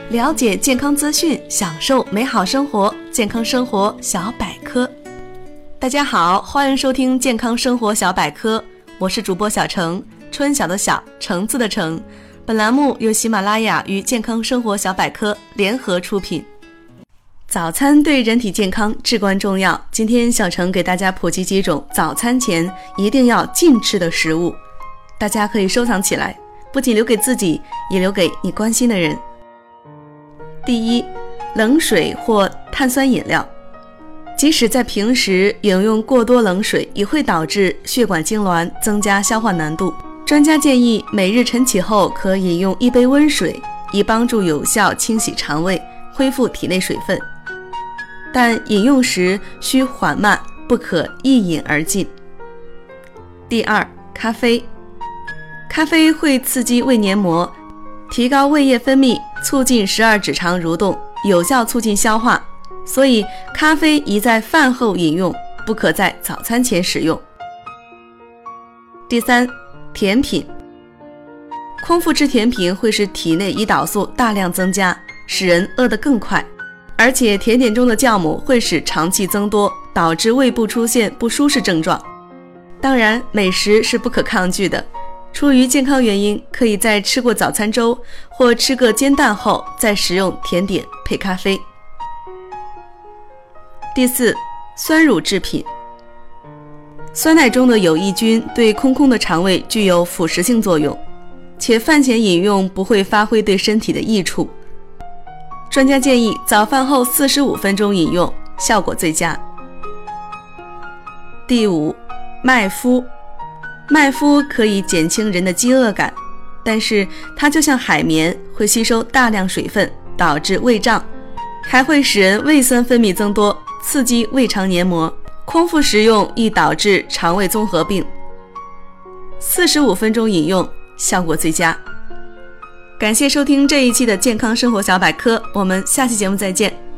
了解健康资讯，享受美好生活，健康生活小百科。大家好，欢迎收听健康生活小百科，我是主播小程，春晓的晓，橙子的橙。本栏目由喜马拉雅与健康生活小百科联合出品。早餐对人体健康至关重要，今天小程给大家普及几种早餐前一定要禁吃的食物，大家可以收藏起来，不仅留给自己，也留给你关心的人。第一，冷水或碳酸饮料。即使在平时饮用过多冷水，也会导致血管痉挛，增加消化难度。专家建议每日晨起后可饮用1杯温水，以帮助有效清洗肠胃，恢复体内水分。但饮用时需缓慢，不可一饮而尽。第二，咖啡。咖啡会刺激胃黏膜，提高胃液分泌，促进12指肠蠕动，有效促进消化，所以咖啡宜在饭后饮用，不可在早餐前使用。第三，甜品。空腹吃甜品会使体内胰岛素大量增加，使人饿得更快，而且甜点中的酵母会使肠气增多，导致胃部出现不舒适症状。当然，美食是不可抗拒的，出于健康原因，可以在吃过早餐粥或吃个煎蛋后再食用甜点配咖啡。第四，酸乳制品。酸奶中的有益菌对空空的肠胃具有腐蚀性作用，且饭前饮用不会发挥对身体的益处。专家建议早饭后45分钟饮用，效果最佳。第五，麦麸。麦麸可以减轻人的饥饿感，但是它就像海绵，会吸收大量水分，导致胃胀，还会使人胃酸分泌增多，刺激胃肠黏膜。空腹食用易导致肠胃综合病。45分钟饮用，效果最佳。感谢收听这一期的健康生活小百科，我们下期节目再见。